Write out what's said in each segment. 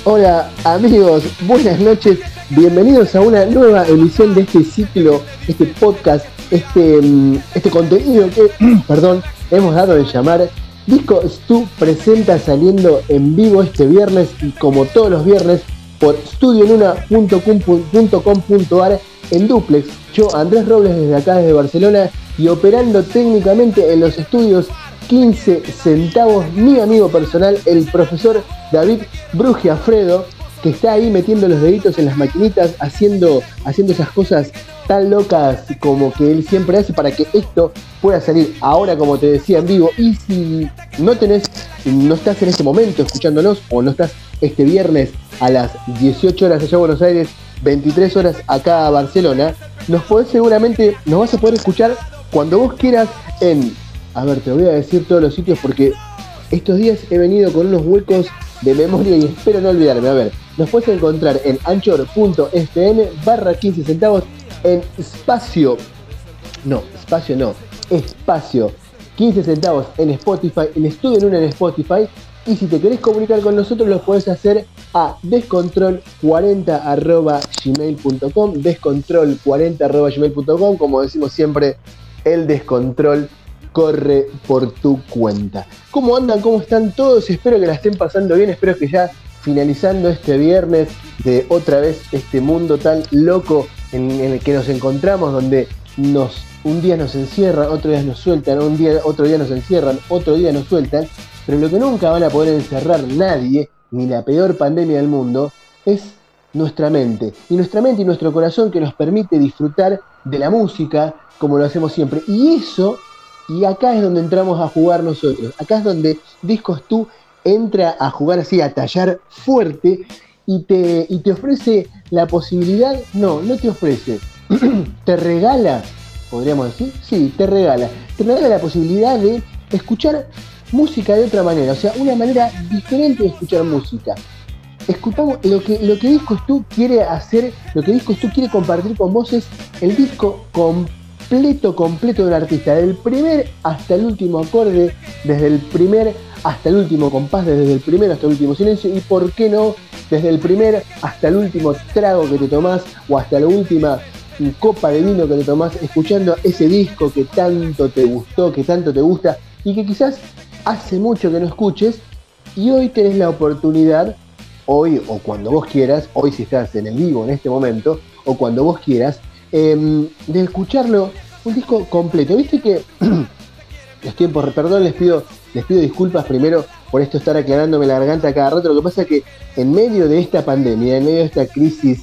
Hola amigos, buenas noches, bienvenidos a una nueva emisión de este ciclo, este podcast, este contenido que, hemos dado de llamar Disco Stu Presenta, saliendo en vivo este viernes y como todos los viernes por studionuna.com.ar en duplex. Yo, Andrés Robles, desde acá, desde Barcelona, y operando técnicamente en los estudios 15 centavos, mi amigo personal, el profesor David Brugiafredo, que está ahí metiendo los deditos en las maquinitas, haciendo esas cosas tan locas como que él siempre hace para que esto pueda salir ahora, como te decía, en vivo. Y si no estás en este momento escuchándonos, o no estás este viernes a las 18 horas allá a Buenos Aires, 23 horas acá a Barcelona, nos vas a poder escuchar cuando vos quieras en... A ver, te voy a decir todos los sitios porque estos días he venido con unos huecos de memoria y espero no olvidarme. A ver, nos puedes encontrar en anchor.fm/15 centavos, en espacio 15 centavos en Spotify, en Estudio Luna en Spotify. Y si te querés comunicar con nosotros, lo podés hacer a descontrol40@gmail.com, descontrol40@gmail.com. Como decimos siempre, el descontrol corre por tu cuenta. ¿Cómo andan? ¿Cómo están todos? Espero que la estén pasando bien. Espero que ya finalizando este viernes de otra vez este mundo tan loco en el que nos encontramos, donde un día nos encierran, otro día nos sueltan, otro día nos encierran, otro día nos sueltan, pero lo que nunca van a poder encerrar nadie, ni la peor pandemia del mundo, es nuestra mente. Y nuestro corazón, que nos permite disfrutar de la música como lo hacemos siempre. Y acá es donde entramos a jugar nosotros. Acá es donde Disco Stu entra a jugar así, a tallar fuerte, y te ofrece la posibilidad, no te ofrece, te regala, podríamos decir, sí, te regala la posibilidad de escuchar música de otra manera, o sea, una manera diferente de escuchar música. Escuchamos lo que Disco Stu quiere hacer, lo que Disco Stu quiere compartir con vos es el disco completo de un artista, del primer hasta el último acorde, desde el primer hasta el último compás, desde el primero hasta el último silencio, y por qué no, desde el primer hasta el último trago que te tomás, o hasta la última copa de vino que te tomás, escuchando ese disco que tanto te gustó, que tanto te gusta, y que quizás hace mucho que no escuches, y hoy tenés la oportunidad, hoy o cuando vos quieras, hoy si estás en el vivo en este momento, o cuando vos quieras, de escucharlo, un disco completo. Viste que los tiempos, perdón, les pido disculpas primero por esto, estar aclarándome la garganta cada rato. Lo que pasa es que en medio de esta pandemia, en medio de esta crisis,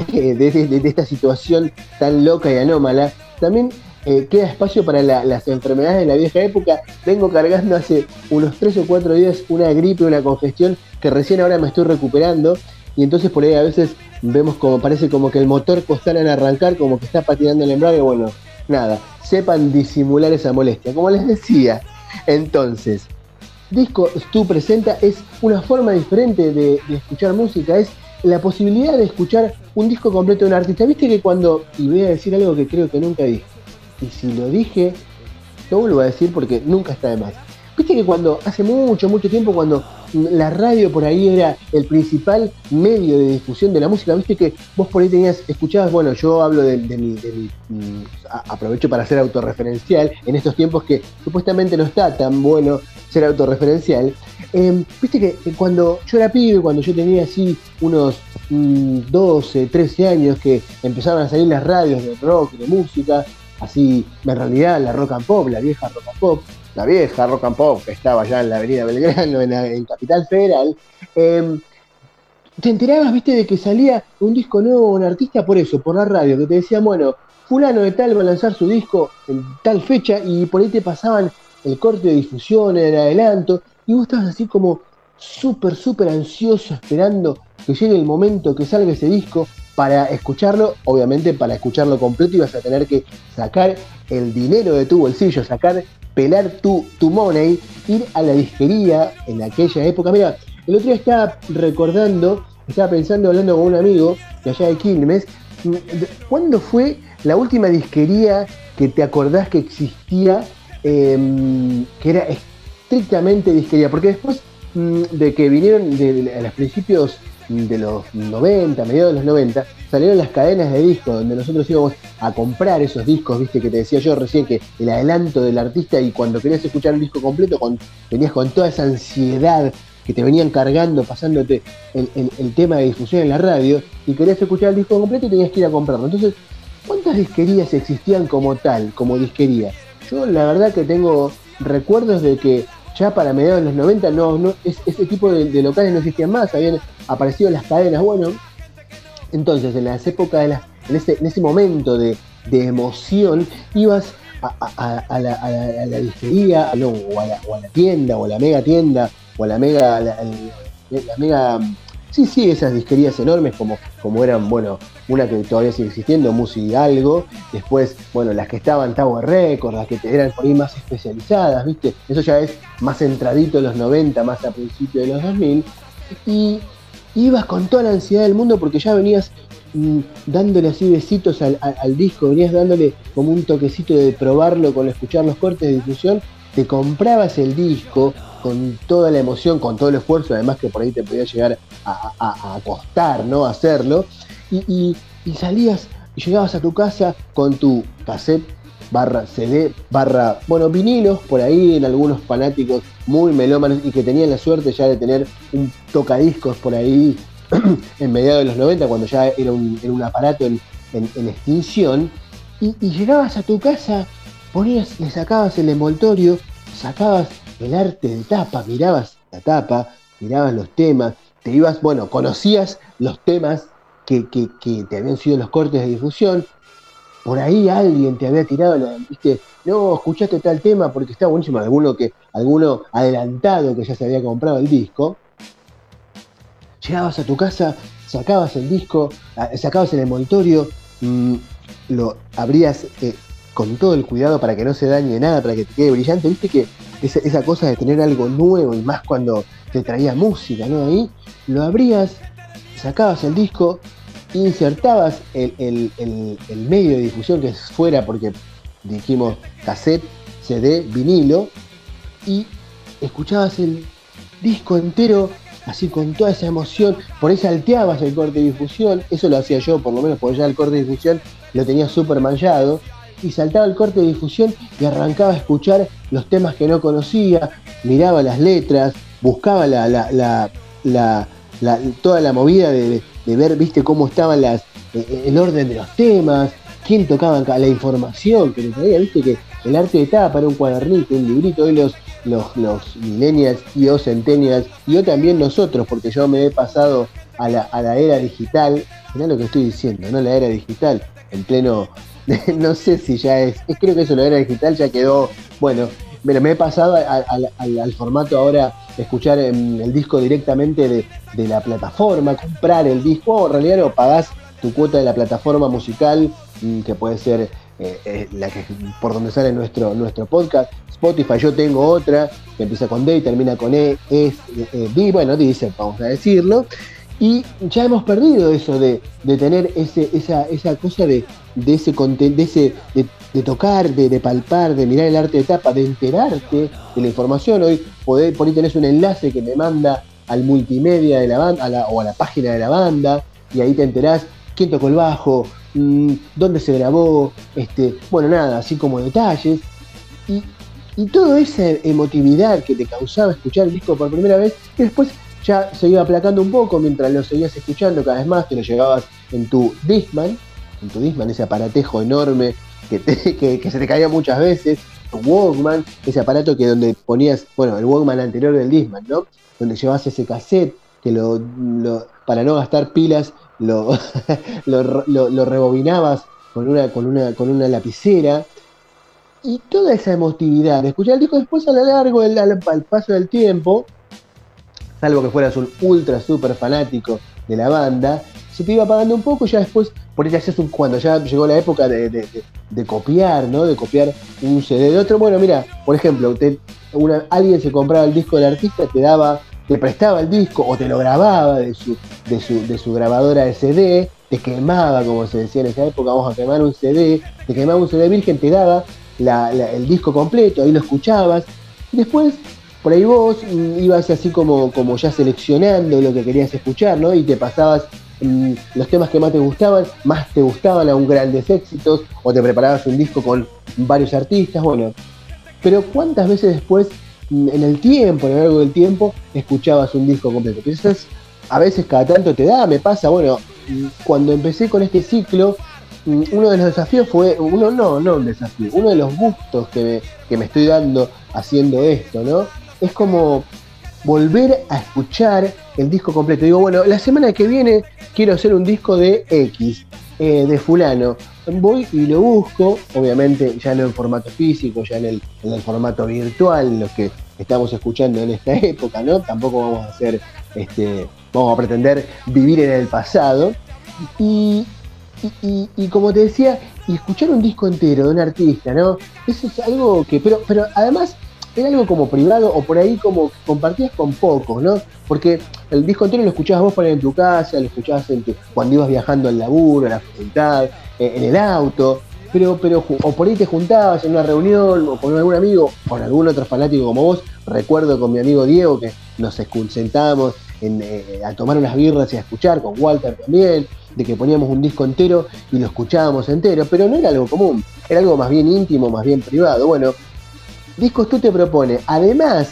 de esta situación tan loca y anómala, también queda espacio para las enfermedades de la vieja época. Vengo cargando hace unos 3 o 4 días una gripe, una congestión, que recién ahora me estoy recuperando. Y entonces por ahí a veces vemos como parece como que el motor costara en arrancar, como que está patinando el embrague. Bueno, nada, sepan disimular esa molestia. Como les decía, entonces, Disco Stu Presenta es una forma diferente de escuchar música, es la posibilidad de escuchar un disco completo de un artista. Viste que cuando, y voy a decir algo que creo que nunca dije, y si lo dije, lo vuelvo a decir porque nunca está de más. Viste que cuando, hace mucho tiempo, cuando la radio por ahí era el principal medio de difusión de la música, viste que vos por ahí escuchabas, bueno, yo hablo de mi aprovecho para ser autorreferencial en estos tiempos que supuestamente no está tan bueno ser autorreferencial. Viste que cuando yo era pibe, cuando yo tenía así unos 12, 13 años, que empezaban a salir las radios de rock, de música, así, en realidad la rock and pop, la vieja rock and pop que estaba allá en la avenida Belgrano, en Capital Federal, te enterabas, viste, de que salía un disco nuevo, un artista, por la radio, que te decían, bueno, fulano de tal va a lanzar su disco en tal fecha, y por ahí te pasaban el corte de difusión, el adelanto, y vos estabas así como súper ansioso, esperando que llegue el momento que salga ese disco para escucharlo. Obviamente, para escucharlo completo ibas a tener que sacar el dinero de tu bolsillo, pelar tu money, ir a la disquería en aquella época. Mira, el otro día estaba pensando, hablando con un amigo de allá de Quilmes, ¿cuándo fue la última disquería que te acordás que existía, que era estrictamente disquería? Porque después de que vinieron a los principios de los 90, mediados de los 90, salieron las cadenas de discos donde nosotros íbamos a comprar esos discos, viste, que te decía yo recién, que el adelanto del artista, y cuando querías escuchar un disco completo, venías con toda esa ansiedad que te venían cargando, pasándote el tema de difusión en la radio, y querías escuchar el disco completo y tenías que ir a comprarlo. Entonces, ¿cuántas disquerías existían como tal, como disquería? Yo la verdad que tengo recuerdos de que ya para mediados de los 90 ese tipo de locales no existían más, habían aparecido las cadenas. Bueno, entonces en las épocas, en ese momento de emoción, ibas a la disquería, o a la tienda, o a la mega tienda, o a la mega... Sí, esas disquerías enormes como eran, bueno, una que todavía sigue existiendo, Musi Algo, después, bueno, las que estaban Tower Records, las que eran por ahí más especializadas, ¿viste? Eso ya es más entradito en los 90, más a principios de los 2000, y ibas con toda la ansiedad del mundo porque ya venías dándole así besitos al disco, venías dándole como un toquecito de probarlo con escuchar los cortes de difusión, te comprabas el disco con toda la emoción, con todo el esfuerzo, además que por ahí te podía llegar a costar, ¿no? Hacerlo, y salías y llegabas a tu casa con tu cassette /CD bueno, vinilos por ahí, en algunos fanáticos muy melómanos y que tenían la suerte ya de tener un tocadiscos por ahí en mediados de los 90, cuando ya era un aparato en extinción, y llegabas a tu casa, le sacabas el envoltorio, sacabas el arte de tapa, mirabas la tapa, mirabas los temas, te ibas, bueno, conocías los temas que te habían sido los cortes de difusión, por ahí alguien te había tirado, viste, no, escuchaste tal tema porque está buenísimo, alguno adelantado que ya se había comprado el disco. Llegabas a tu casa, sacabas el disco, sacabas el envoltorio, lo abrías con todo el cuidado para que no se dañe nada, para que te quede brillante. Viste que esa cosa de tener algo nuevo, y más cuando te traía música, ¿no? Ahí lo abrías, sacabas el disco, insertabas el medio de difusión que fuera, porque dijimos cassette, CD, vinilo, y escuchabas el disco entero así con toda esa emoción. Por ahí salteabas el corte de difusión, eso lo hacía yo por lo menos, porque ya el corte de difusión lo tenía súper manchado, y saltaba el corte de difusión y arrancaba a escuchar los temas que no conocía, miraba las letras, buscaba toda la movida de ver, viste, cómo estaban el orden de los temas, quién tocaba la información que le traía, viste que el arte de tapa era un cuadernito, un librito. Hoy los millennials y o centennials, y yo también nosotros, porque yo me he pasado a la era digital. Mirá lo que estoy diciendo, ¿no? La era digital, en pleno, no sé si ya creo que eso, la era digital ya quedó, bueno, me he pasado al formato ahora de escuchar el disco directamente de la plataforma, comprar el disco, o en realidad no, pagás tu cuota de la plataforma musical, que puede ser la que por donde sale nuestro podcast, Spotify. Yo tengo otra que empieza con D y termina con bueno, dice, vamos a decirlo, y ya hemos perdido eso de tener esa cosa de ese contenido, de tocar, de palpar, de mirar el arte de tapa, de enterarte de la información. Hoy por ahí tenés un enlace que me manda al multimedia de la banda, o a la página de la banda, y ahí te enterás quién tocó el bajo, dónde se grabó, bueno, nada, así como detalles, y toda esa emotividad que te causaba escuchar el disco por primera vez, que después ya se iba aplacando un poco mientras lo seguías escuchando cada vez más, te lo llevabas en tu Discman, ese aparatejo enorme que se te caía muchas veces, tu Walkman, ese aparato que donde ponías, bueno, el Walkman anterior del Discman, ¿no? Donde llevabas ese cassette, que para no gastar pilas, lo rebobinabas con una lapicera, y toda esa emotividad de escuchar el disco. Después, a lo largo al paso del tiempo, salvo que fueras un ultra super fanático de la banda, se te iba apagando un poco. Ya después, por ahí cuando ya llegó la época de copiar, ¿no? De copiar un CD de otro. Bueno, mira, por ejemplo, alguien se compraba el disco del artista, te prestaba el disco o te lo grababa de su grabadora de CD, te quemaba, como se decía en esa época, vamos a quemar un CD, te quemaba un CD virgen, te daba el disco completo, ahí lo escuchabas, y después por ahí vos ibas así como ya seleccionando lo que querías escuchar, ¿no? Y te pasabas los temas que más te gustaban aún grandes éxitos, o te preparabas un disco con varios artistas, bueno. Pero ¿cuántas veces después, en el tiempo, a lo largo del tiempo, escuchabas un disco completo? Quizás a veces cada tanto me pasa, bueno, cuando empecé con este ciclo, uno de los desafíos fue, no un desafío, uno de los gustos que me estoy dando haciendo esto, ¿no? Es como volver a escuchar el disco completo. Digo, bueno, la semana que viene quiero hacer un disco de X, de fulano. Voy y lo busco, obviamente ya no en formato físico, ya en el formato virtual, lo que estamos escuchando en esta época, ¿no? Tampoco vamos a hacer, vamos a pretender vivir en el pasado. Y como te decía, y escuchar un disco entero de un artista, ¿no? Eso es algo que, pero además era algo como privado, o por ahí como compartías con pocos, ¿no? Porque el disco entero lo escuchabas vos por ahí en tu casa, lo escuchabas cuando ibas viajando al laburo, a la facultad, en el auto, pero o por ahí te juntabas en una reunión, o con algún amigo, o con algún otro fanático como vos. Recuerdo con mi amigo Diego que nos sentábamos a tomar unas birras y a escuchar, con Walter también, de que poníamos un disco entero y lo escuchábamos entero, pero no era algo común, era algo más bien íntimo, más bien privado. Bueno, Discos Tú te propone, además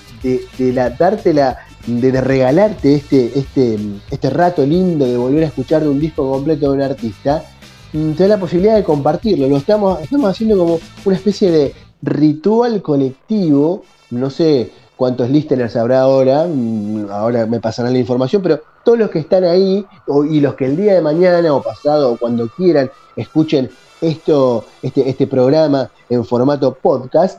de regalarte este rato lindo de volver a escuchar un disco completo de un artista, te da la posibilidad de compartirlo. Lo estamos haciendo como una especie de ritual colectivo. No sé cuántos listeners habrá ahora me pasarán la información, pero todos los que están ahí y los que el día de mañana o pasado o cuando quieran escuchen este programa en formato podcast,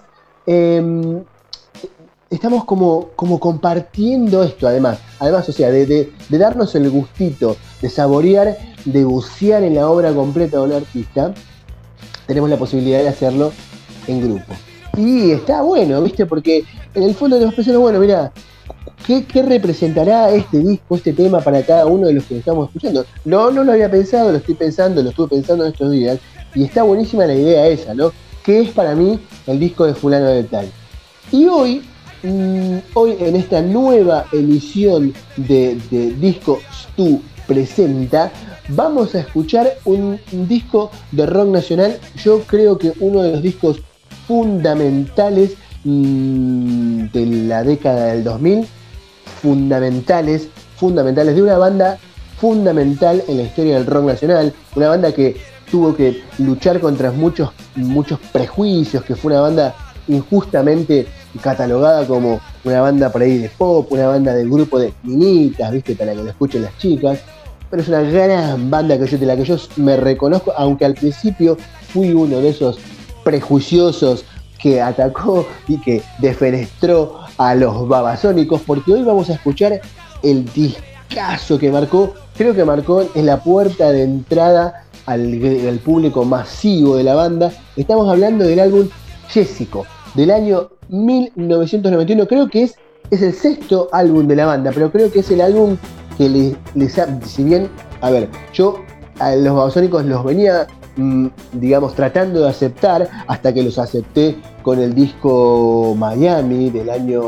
estamos como compartiendo esto, además, o sea, de darnos el gustito, de saborear, de bucear en la obra completa de un artista. Tenemos la posibilidad de hacerlo en grupo. Y está bueno, ¿viste? Porque en el fondo te vas pensando, bueno, mira, ¿qué representará este disco, este tema para cada uno de los que estamos escuchando? No lo había pensado, lo estuve pensando en estos días, y está buenísima la idea esa, ¿no? ¿Qué es para mí el disco de fulano de tal? Y hoy en esta nueva emisión de Discos Tú Presenta, vamos a escuchar un disco de rock nacional. Yo creo que uno de los discos fundamentales de la década del 2000, fundamentales de una banda fundamental en la historia del rock nacional, una banda que tuvo que luchar contra muchos prejuicios, que fue una banda injustamente catalogada como una banda por ahí de pop, una banda del grupo de minitas, ¿viste? Para que lo escuchen las chicas. Pero es una gran banda de la que yo me reconozco, aunque al principio fui uno de esos prejuiciosos que atacó y que defenestró a los Babasónicos, porque hoy vamos a escuchar el discazo que creo que marcó en la puerta de entrada al público masivo de la banda. Estamos hablando del álbum Jessico, del año 1991. Creo que es el sexto álbum de la banda, pero creo que es el álbum que si bien, a ver, yo a los Babasónicos los venía, digamos, tratando de aceptar, hasta que los acepté con el disco Miami del año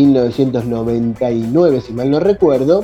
1999, si mal no recuerdo,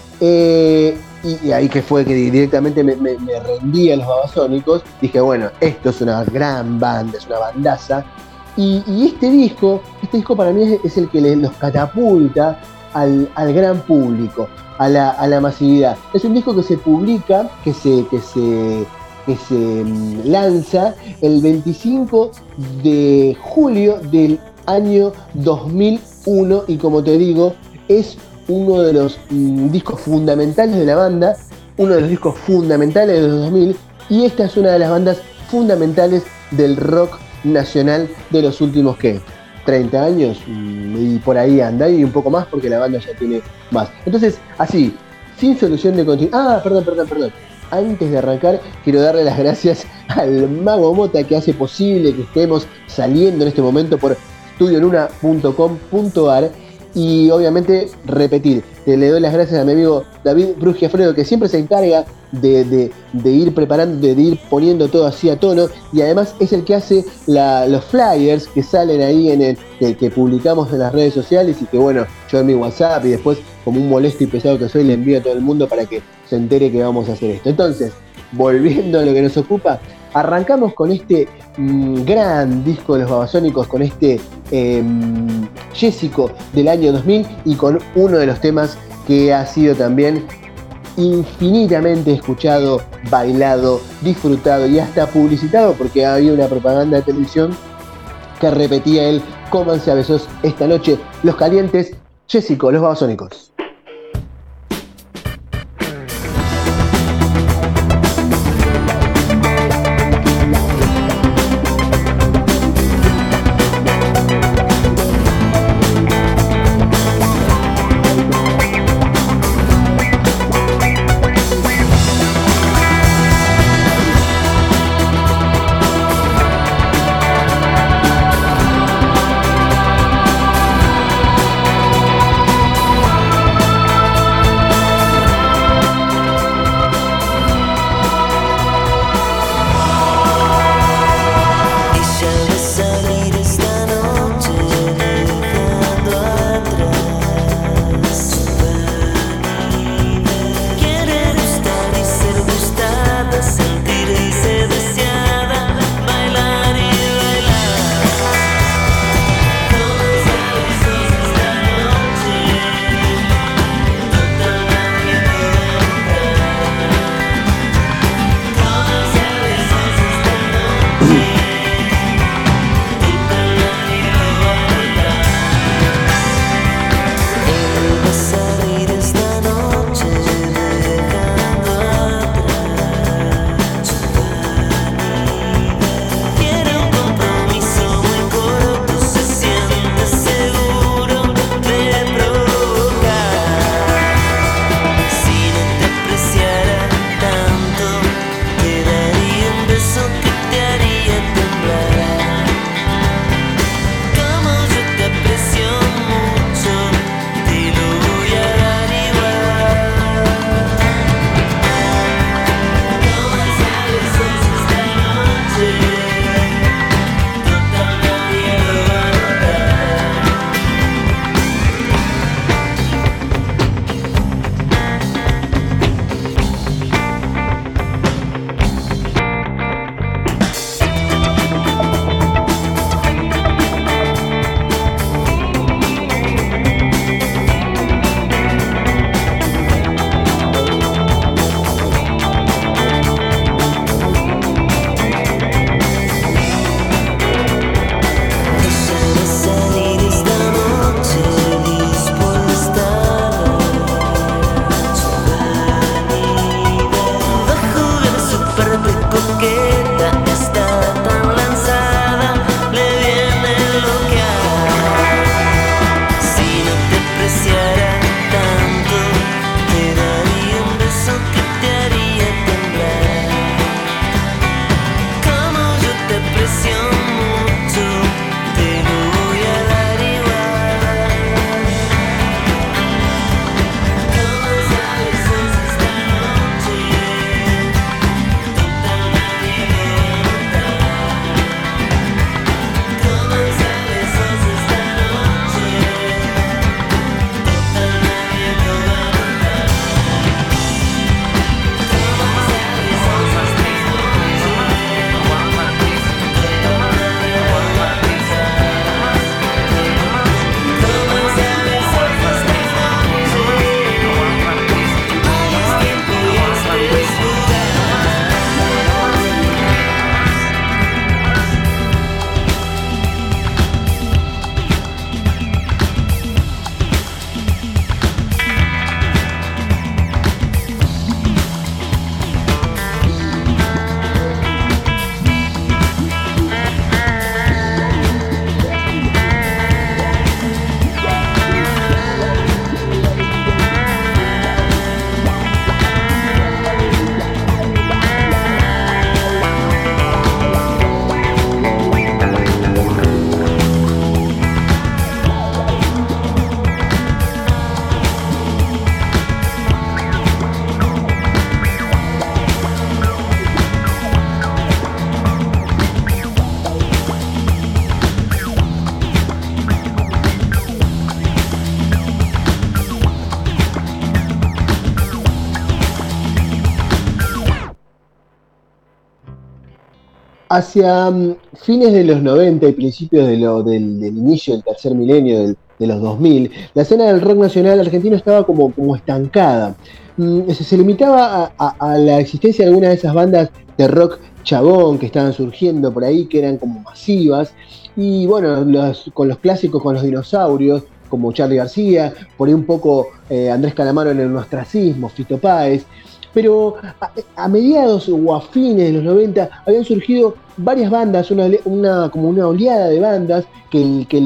y ahí que fue que directamente me rendí a los Babasónicos. Dije, bueno, esto es una gran banda, es una bandaza. Y este disco para mí es el que los catapulta al gran público, a la masividad. Es un disco que se publica, que se lanza el 25 de julio del año 2001, y como te digo, es uno de los discos fundamentales de la banda, uno de los discos fundamentales de los 2000, y esta es una de las bandas fundamentales del rock nacional de los últimos, 30 años, y por ahí anda, y un poco más porque la banda ya tiene más. Entonces, así, sin solución de continuidad. Perdón. Antes de arrancar, quiero darle las gracias al Mago Mota, que hace posible que estemos saliendo en este momento por estudioluna.com.ar. y obviamente repetir. Le doy las gracias a mi amigo David Brugiafredo, que siempre se encarga de ir preparando, de ir poniendo todo así a tono, y además es el que hace los flyers que salen ahí que publicamos en las redes sociales, y que bueno, yo en mi WhatsApp y después, como un molesto y pesado que soy, le envío a todo el mundo para que se entere que vamos a hacer esto. Entonces, volviendo a lo que nos ocupa, arrancamos con este gran disco de los Babasónicos, con este Jessico del año 2000, y con uno de los temas que ha sido también infinitamente escuchado, bailado, disfrutado y hasta publicitado, porque había una propaganda de televisión que repetía el "Cómanse a besos esta noche los calientes", Jessico, los Babasónicos. Hacia fines de los 90 y principios del inicio del tercer milenio de los 2000, la escena del rock nacional argentino estaba como estancada. Se limitaba a la existencia de algunas de esas bandas de rock chabón que estaban surgiendo por ahí, que eran como masivas, y bueno, con los clásicos, con los dinosaurios, como Charly García, por ahí un poco Andrés Calamaro en el ostracismo, Fito Páez. Pero a mediados o a fines de los 90 habían surgido varias bandas, como una oleada de bandas que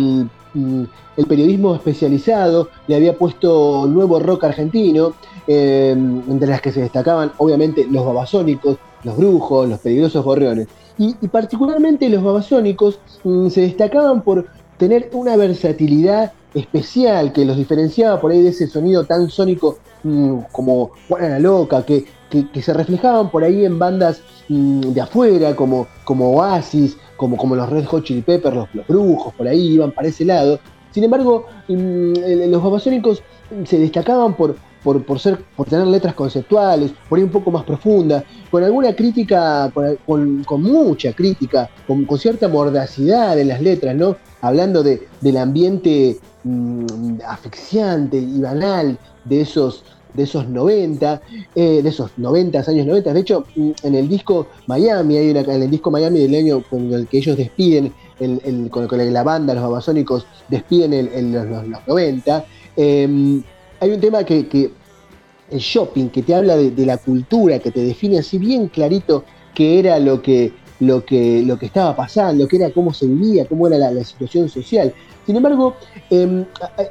el periodismo especializado le había puesto nuevo rock argentino, entre las que se destacaban obviamente los Babasónicos, los Brujos, los Peligrosos Gorriones. Y particularmente los Babasónicos se destacaban por tener una versatilidad especial que los diferenciaba por ahí de ese sonido tan sónico como Juana la Loca, que se reflejaban por ahí en bandas de afuera, como Oasis, como los Red Hot Chili Peppers, los Brujos, por ahí iban para ese lado. Sin embargo, los Babasónicos se destacaban por tener letras conceptuales, por ahí un poco más profundas, con alguna crítica, con mucha crítica, con cierta mordacidad en las letras, ¿no? Hablando del ambiente asfixiante y banal de esos 90, de esos 90, años 90. De hecho, en el disco Miami, en el disco Miami del año con el que ellos despiden, con la banda, los Babasónicos, despiden los 90, hay un tema que el shopping, que te habla de la cultura, que te define así bien clarito qué era lo que estaba pasando, qué era, cómo se vivía, cómo era la situación social. Sin embargo, en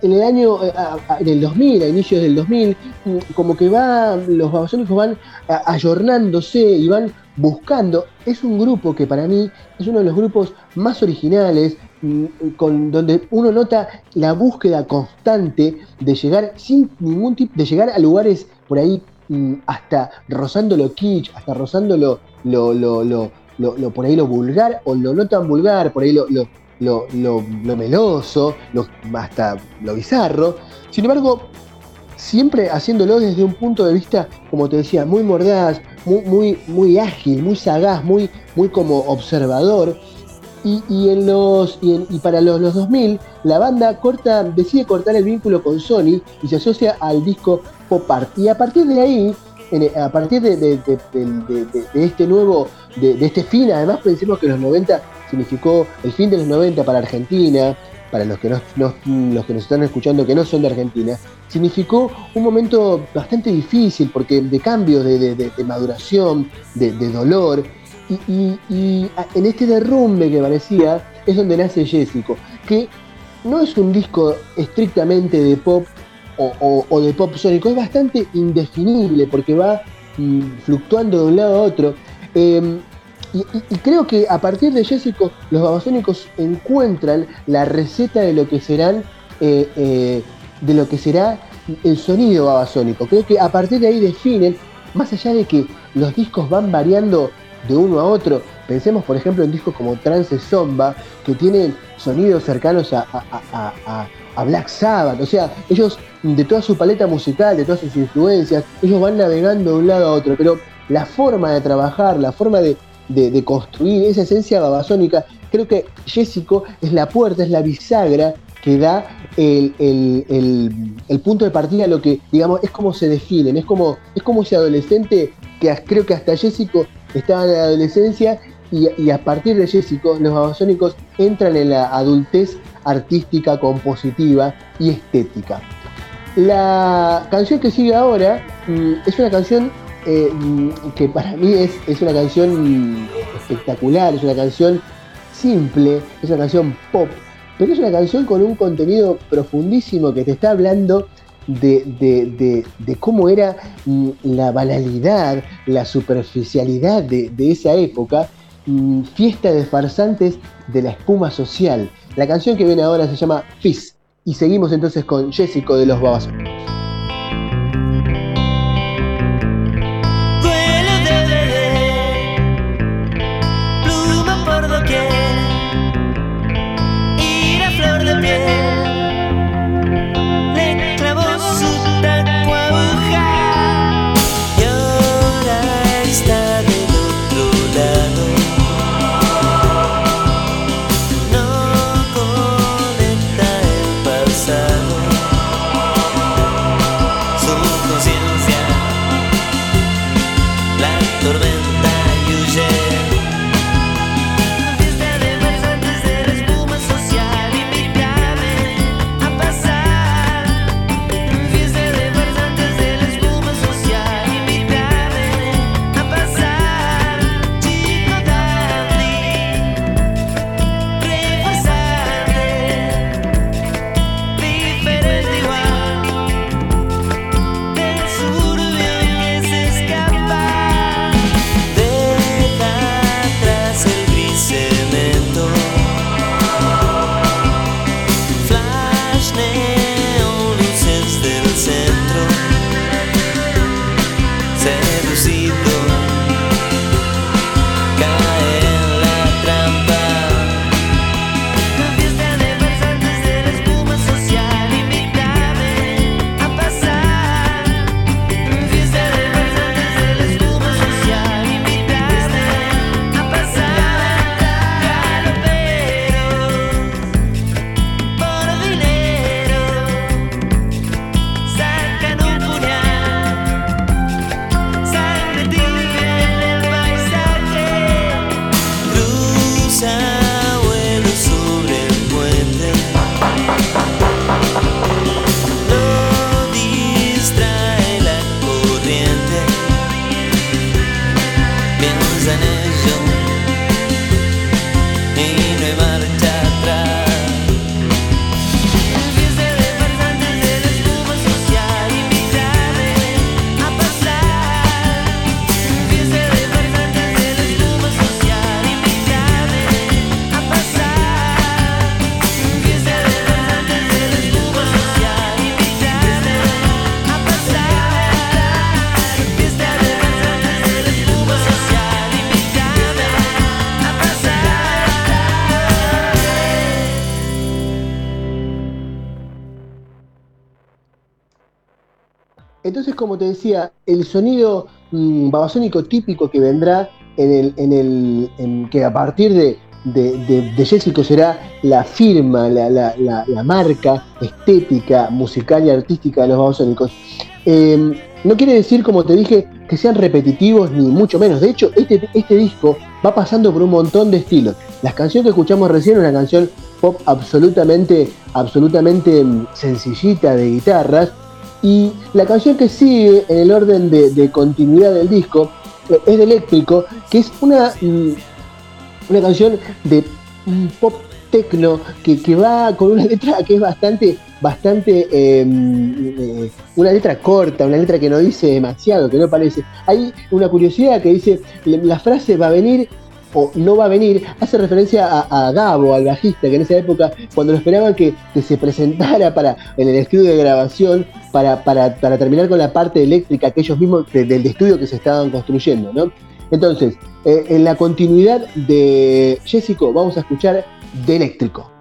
el 2000, a inicios del 2000, como que los Babasónicos van ayornándose y van buscando. Es un grupo que para mí es uno de los grupos más originales, donde uno nota la búsqueda constante de llegar sin ningún tipo, de llegar a lugares por ahí hasta rozando lo kitsch, hasta rozando por ahí lo vulgar, o lo no tan vulgar, por ahí lo meloso, hasta lo bizarro. Sin embargo, siempre haciéndolo desde un punto de vista, como te decía, muy mordaz, muy ágil, muy sagaz, muy como observador. Y para los 2000, la banda decide cortar el vínculo con Sony y se asocia al disco Pop Art. Y a partir de ahí, a partir de este nuevo, de este fin, además pensemos que los 90 significó el fin de los 90 para Argentina, para los que los que nos están escuchando que no son de Argentina, significó un momento bastante difícil, porque de cambios, de maduración, de dolor. Y en este derrumbe que parecía es donde nace Jessico, que no es un disco estrictamente de pop o de pop sónico, es bastante indefinible porque va fluctuando de un lado a otro. Y creo que a partir de Jessico los Babasónicos encuentran la receta de lo que será el sonido babasónico. Creo que a partir de ahí definen, más allá de que los discos van variando de uno a otro. Pensemos, por ejemplo, en discos como Trance Zomba, que tienen sonidos cercanos a Black Sabbath. O sea, ellos, de toda su paleta musical, de todas sus influencias, ellos van navegando de un lado a otro, pero la forma de trabajar, la forma de construir esa esencia babasónica, creo que Jessico es la puerta, es la bisagra que da el punto de partida a lo que, digamos, es como se definen, es como ese adolescente que creo que hasta Jessico estaba en la adolescencia, y a partir de Jessico los Babasónicos entran en la adultez artística, compositiva y estética. La canción que sigue ahora es una canción que para mí es una canción espectacular, es una canción simple, es una canción pop, pero es una canción con un contenido profundísimo que te está hablando de cómo era la banalidad, la superficialidad de esa época, fiesta de farsantes de la espuma social. La canción que viene ahora se llama Fizz, y seguimos entonces con Jessico de los Babasónicos. Entonces, como te decía, el sonido babasónico típico que vendrá que a partir de Jessico será la firma, la marca estética, musical y artística de los babasónicos. No quiere decir, como te dije, que sean repetitivos ni mucho menos. De hecho, este disco va pasando por un montón de estilos. La canción que escuchamos recién es una canción pop absolutamente sencillita de guitarras. Y la canción que sigue en el orden de continuidad del disco es de Eléctrico, que es una canción de pop techno que va con una letra que es una letra corta, una letra que no dice demasiado, que no parece. Hay una curiosidad que dice, la frase va a venir o no va a venir, hace referencia a Gabo, al bajista, que en esa época, cuando lo esperaban que se presentara en el estudio de grabación para terminar con la parte eléctrica que ellos mismos, del estudio que se estaban construyendo, ¿no? Entonces, en la continuidad de Jessico, vamos a escuchar de Eléctrico.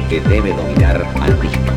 que debe dominar al disco.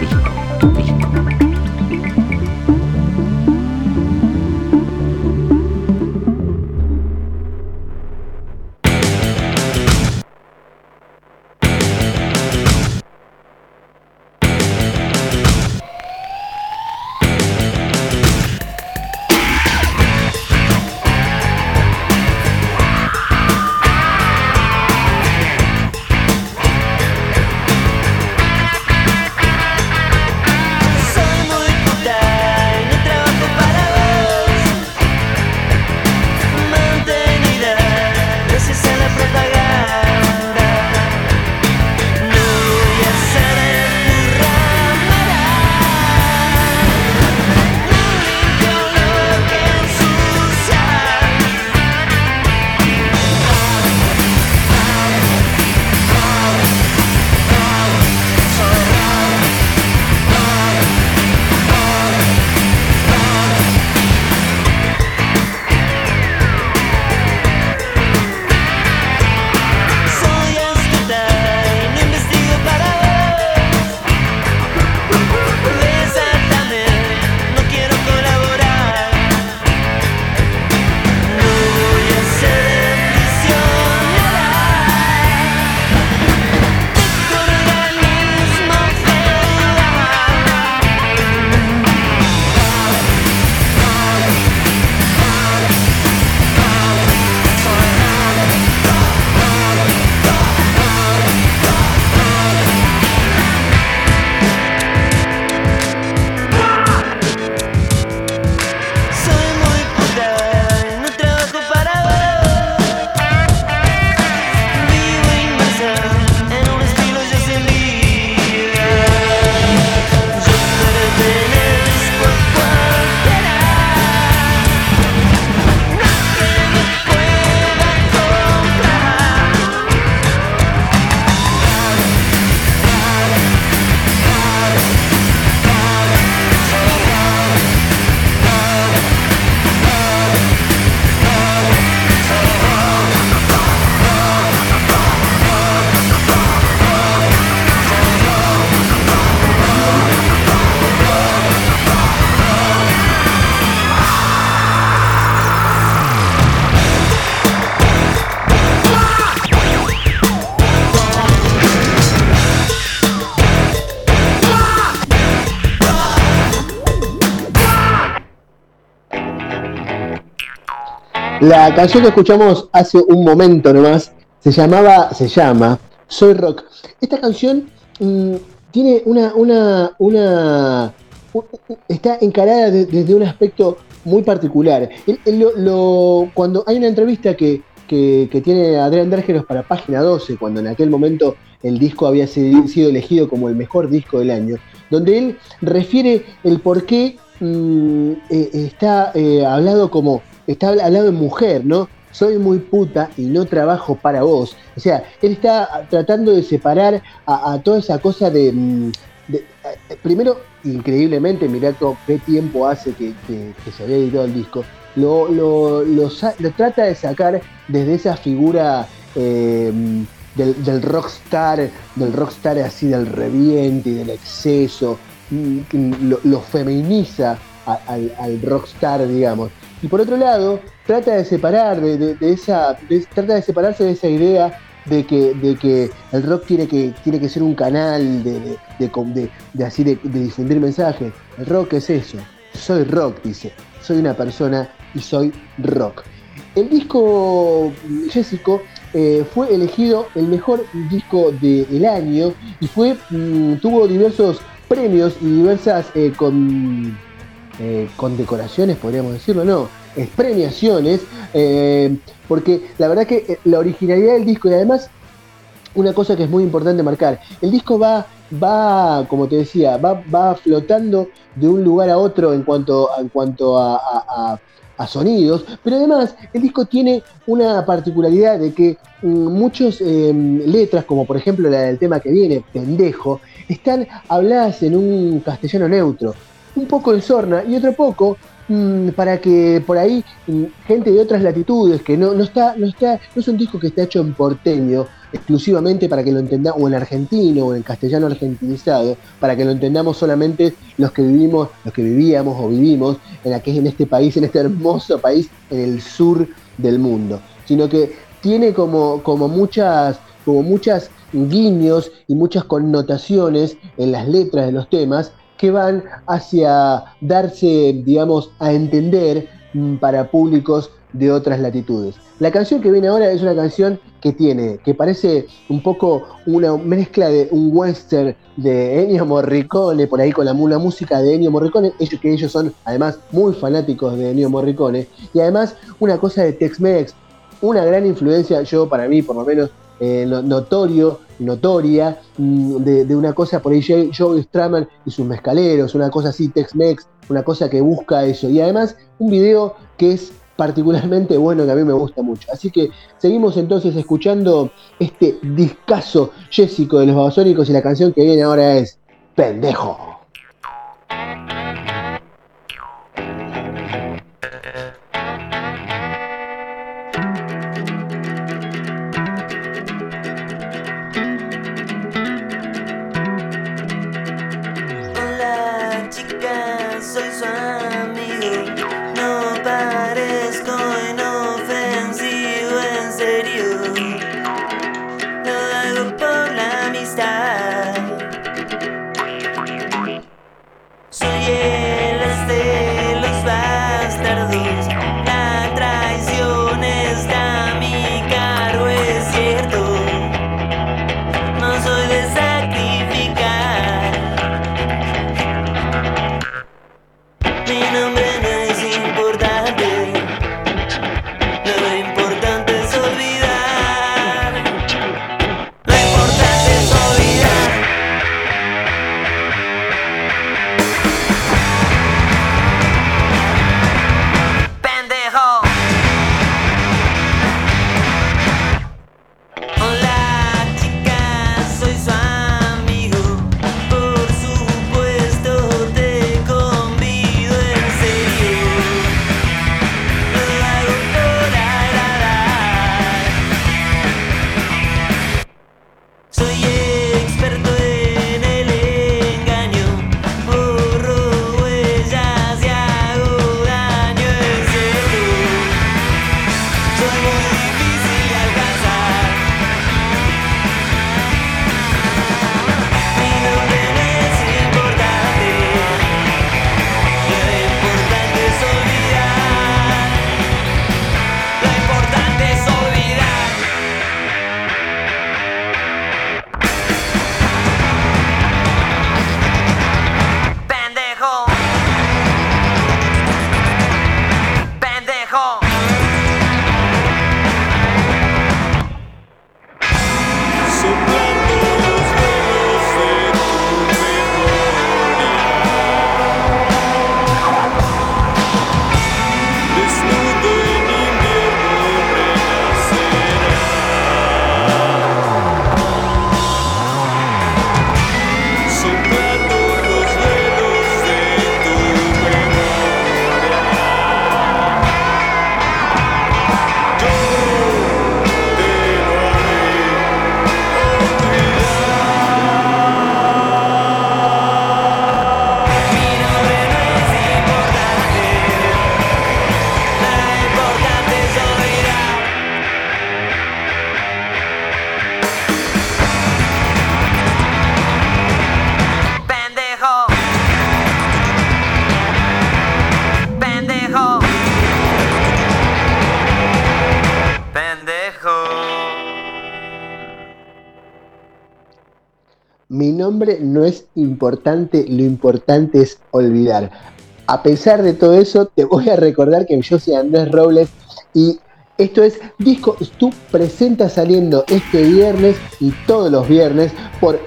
La canción que escuchamos hace un momento nomás se llama Soy Rock. Esta canción tiene está encarada desde un aspecto muy particular. Cuando hay una entrevista que tiene Adrián Dérgelos para Página 12, cuando en aquel momento el disco había sido elegido como el mejor disco del año, donde él refiere el por qué está hablado en mujer, ¿no? Soy muy puta y no trabajo para vos. O sea, él está tratando de separar a toda esa cosa primero, increíblemente, mirá qué tiempo hace que se había editado el disco. Lo trata de sacar desde esa figura del rockstar así, del reviente y del exceso. Lo feminiza al rockstar, digamos. Y por otro lado, trata de separarse de esa idea de que el rock tiene que ser un canal de difundir mensajes. El rock es eso. Soy rock, dice. Soy una persona y soy rock. El disco Jessico fue elegido el mejor disco del año y tuvo diversos premios y diversas condecoraciones, podríamos decirlo, no, premiaciones, porque la verdad que la originalidad del disco, y además una cosa que es muy importante marcar, el disco va como te decía, va flotando de un lugar a otro en cuanto a sonidos, pero además el disco tiene una particularidad de que muchas letras, como por ejemplo la del tema que viene, Pendejo, están habladas en un castellano neutro, un poco en sorna y otro poco para que por ahí gente de otras latitudes, que no es un disco que está hecho en porteño exclusivamente para que lo entendamos, o en argentino o en castellano argentinizado, para que lo entendamos solamente los que vivíamos o vivimos en este país, en este hermoso país en el sur del mundo, sino que tiene como muchas guiños y muchas connotaciones en las letras de los temas que van hacia darse, digamos, a entender para públicos de otras latitudes. La canción que viene ahora es una canción que parece un poco una mezcla de un western de Ennio Morricone, por ahí con la música de Ennio Morricone, ellos son además muy fanáticos de Ennio Morricone, y además una cosa de Tex-Mex, una gran influencia, para mí por lo menos, notoria, de una cosa por ahí, Joey Strummer y sus mezcaleros, una cosa así, Tex-Mex, una cosa que busca eso, y además un video que es particularmente bueno, que a mí me gusta mucho. Así que seguimos entonces escuchando este discazo Jessico de los Babasónicos, y la canción que viene ahora es Pendejo. Mi nombre no es importante, lo importante es olvidar. A pesar de todo eso, te voy a recordar que yo soy Andrés Robles y esto es Disco Stu presenta, saliendo este viernes y todos los viernes por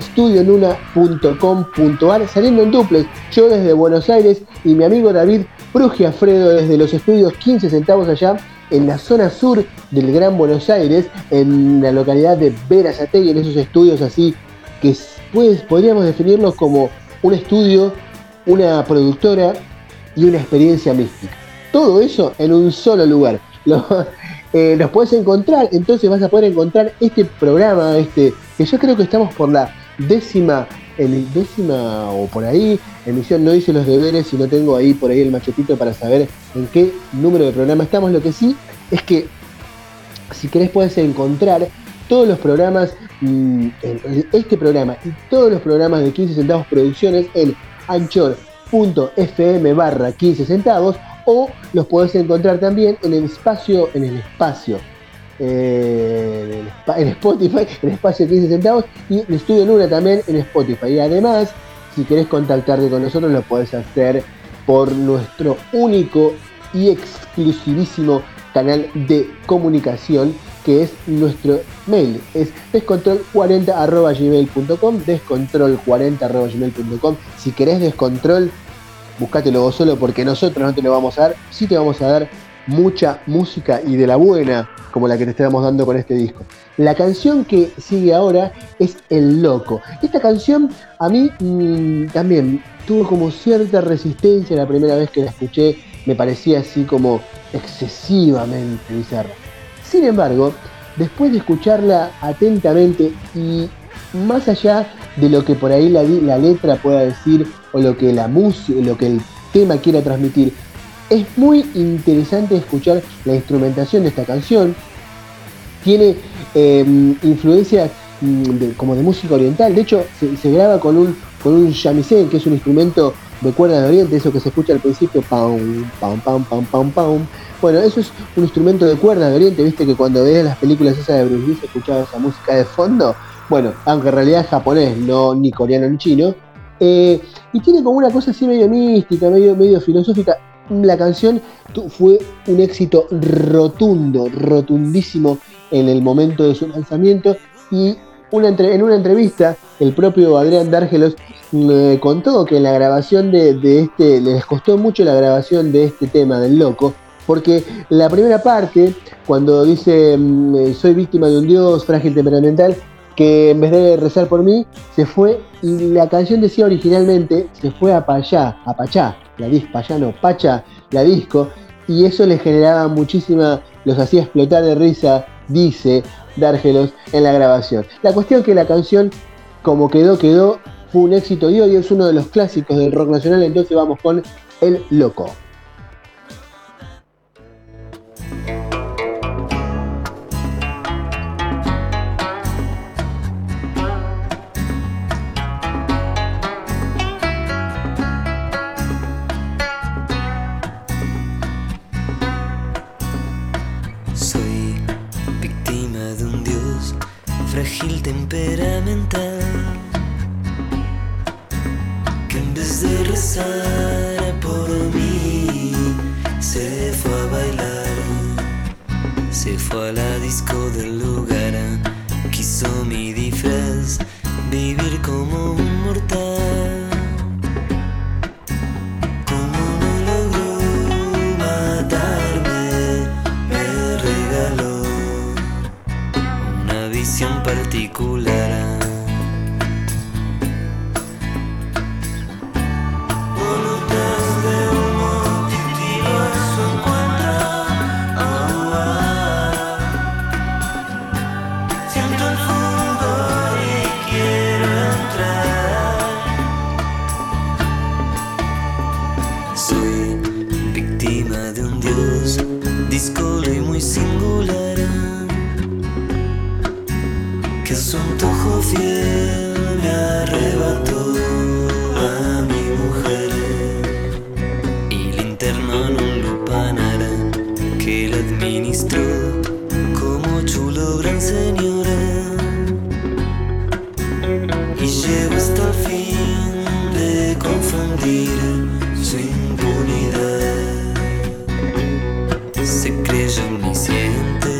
studionuna.com.ar, saliendo en duplex, yo desde Buenos Aires y mi amigo David Brugiafredo desde los estudios 15 centavos allá en la zona sur del Gran Buenos Aires, en la localidad de Berazategui, en esos estudios así que podríamos definirlos como un estudio, una productora y una experiencia mística. Todo eso en un solo lugar. Los puedes encontrar, entonces vas a poder encontrar este programa, que yo creo que estamos por la décima o por ahí emisión. No hice los deberes y no tengo ahí por ahí el machetito para saber en qué número de programa estamos. Lo que sí es que si querés puedes encontrar todos los programas, este programa y todos los programas de 15 centavos producciones en anchor.fm/15 centavos, o los podés encontrar también en Spotify, en espacio 15 centavos, y en Estudio Luna también en Spotify. Y además, si querés contactarte con nosotros, lo podés hacer por nuestro único y exclusivísimo canal de comunicación, que es nuestro mail, es descontrol40@gmail.com, descontrol40@gmail.com. Si querés descontrol, buscátelo vos solo, porque nosotros no te lo vamos a dar. Sí te vamos a dar mucha música, y de la buena, como la que te estamos dando con este disco. La canción que sigue ahora es El Loco. Esta canción a mí también tuvo como cierta resistencia la primera vez que la escuché. Me parecía así como excesivamente bizarra. Sin embargo, después de escucharla atentamente, y más allá de lo que por ahí la letra pueda decir, o lo que la música, lo que el tema quiera transmitir, es muy interesante escuchar la instrumentación de esta canción. Tiene influencias como de música oriental. De hecho, se graba con un shamisen, que es un instrumento de cuerda de oriente, eso que se escucha al principio, pam, pam, pam, pam, pam, pam. Bueno, eso es un instrumento de cuerda de oriente. Viste que cuando veías las películas esas de Bruce Lee se escuchaba esa música de fondo. Bueno, aunque en realidad es japonés, no ni coreano ni chino. Y tiene como una cosa así medio mística, medio filosófica. La canción fue un éxito rotundo, rotundísimo en el momento de su lanzamiento, y en una entrevista el propio Adrián Dárgelos contó que la grabación les costó mucho la grabación de este tema del Loco, porque la primera parte, cuando dice soy víctima de un dios frágil temperamental que en vez de rezar por mí se fue, y la canción decía originalmente se fue a Pachá, la disco, y eso les generaba muchísima, los hacía explotar de risa, dice Dárgelos en la grabación. La cuestión que la canción, como quedó, fue un éxito, y hoy es uno de los clásicos del rock nacional. Entonces vamos con El Loco. Frágil temperamental, que en vez de rezar por mí se fue a bailar, se fue a la disco del lugar, quiso mi disfraz, vivir como un mortal. Como no logró matarme, me regaló una visión particular. Volutas de humo titilan su encuentro. Siento el fulgor y quiero entrar. Soy víctima de un dios díscolo y muy singular, que su antojo fiel me arrebató a mi mujer, y la internó en un lupanar que la administró como chulo gran señor, y llegó hasta el fin de confundir su impunidad. Se creyó omnisciente,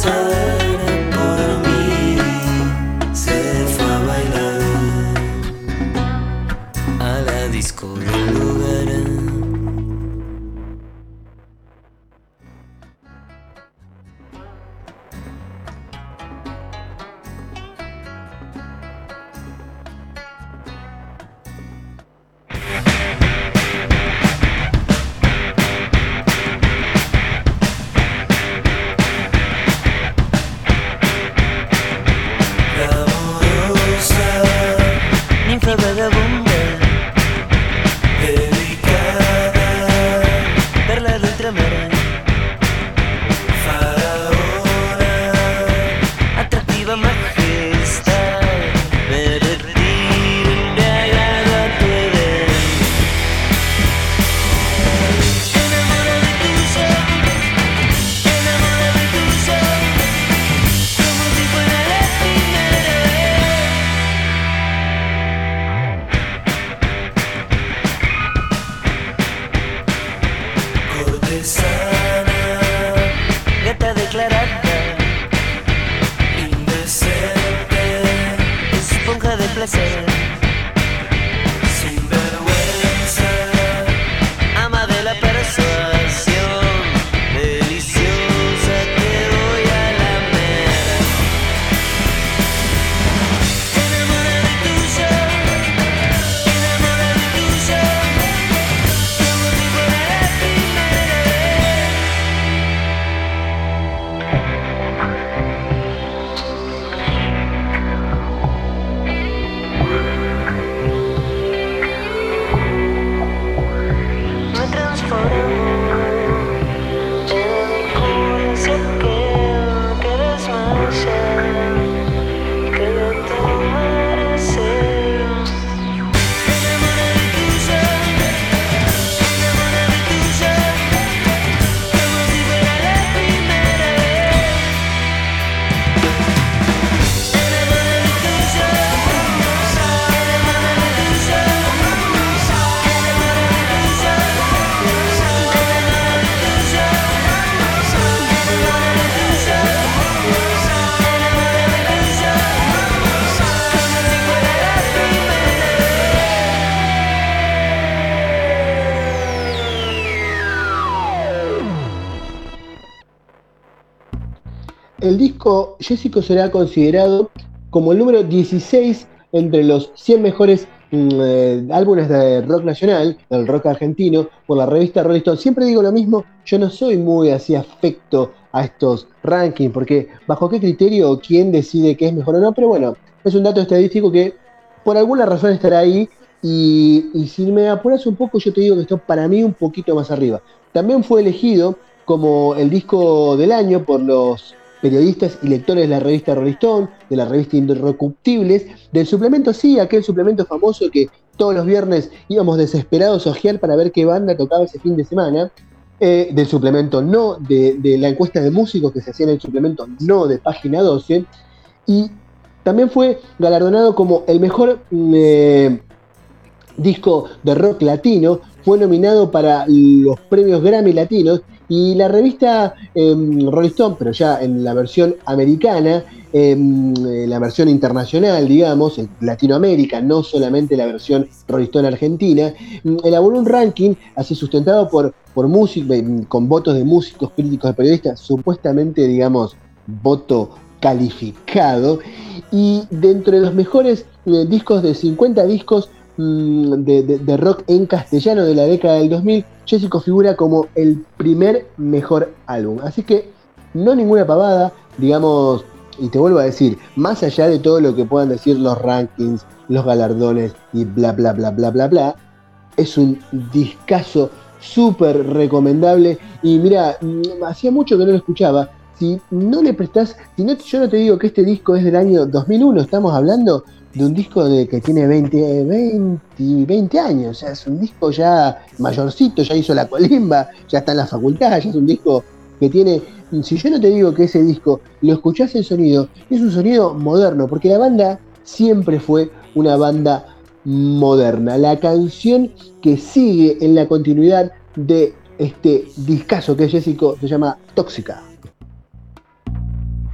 Susana por mí se fue a bailar a la disco del lugar. Ninfa vagabunda, delicada, perla de ultramar, faraona, atractiva majestad, me retiro embriagado a tu edad. Enamorado tuyo, como si fuera la primera vez. Cortesana, gata declarada, indecente, esponja de placer, sinvergüenza, ama de la persuasión, deliciosa te voy a lamer. Enamorado tuyo, como si fuera la primera vez. Me transformo en cosa que desmaya, que tomar ser. Enamorado tuyo, como si fuera la primera vez. Enamorado tuyo, El disco Jessico será considerado como el número 16 entre los 100 mejores álbumes de rock nacional, del rock argentino, por la revista Rolling Stone. Siempre digo lo mismo, yo no soy muy así afecto a estos rankings, porque bajo qué criterio o quién decide qué es mejor o no, pero bueno, es un dato estadístico que por alguna razón estará ahí, y si me apuras un poco, yo te digo que esto para mí un poquito más arriba. También fue elegido como el disco del año por los periodistas y lectores de la revista Rolling Stone, de la revista Indisruptibles, del suplemento Sí, aquel suplemento famoso que todos los viernes íbamos desesperados a ojear para ver qué banda tocaba ese fin de semana, del suplemento No, de la encuesta de músicos que se hacía en el suplemento No de Página 12, y también fue galardonado como el mejor disco de rock latino, fue nominado para los premios Grammy Latinos, y la revista Rolling Stone, pero ya en la versión americana, la versión internacional, digamos, en Latinoamérica, no solamente la versión Rolling Stone argentina, elaboró un ranking así sustentado por músicos, con votos de músicos, críticos, de periodistas, supuestamente, digamos, voto calificado, y dentro de los mejores discos de 50 discos de rock en castellano de la década del 2000, Jessico figura como el primer mejor álbum. Así que no ninguna pavada, digamos, y te vuelvo a decir, más allá de todo lo que puedan decir los rankings, los galardones y bla bla bla bla bla bla, es un discazo súper recomendable. Y mira, hacía mucho que no lo escuchaba. Si no le prestás, yo no te digo que este disco es del año 2001, estamos hablando de un disco que tiene 20 años, o sea, es un disco ya mayorcito, ya hizo la colimba, ya está en la facultad, ya es un disco que tiene, si yo no te digo que ese disco lo escuchás el sonido, es un sonido moderno, porque la banda siempre fue una banda moderna. La canción que sigue en la continuidad de este discazo que es Jessico se llama Tóxica.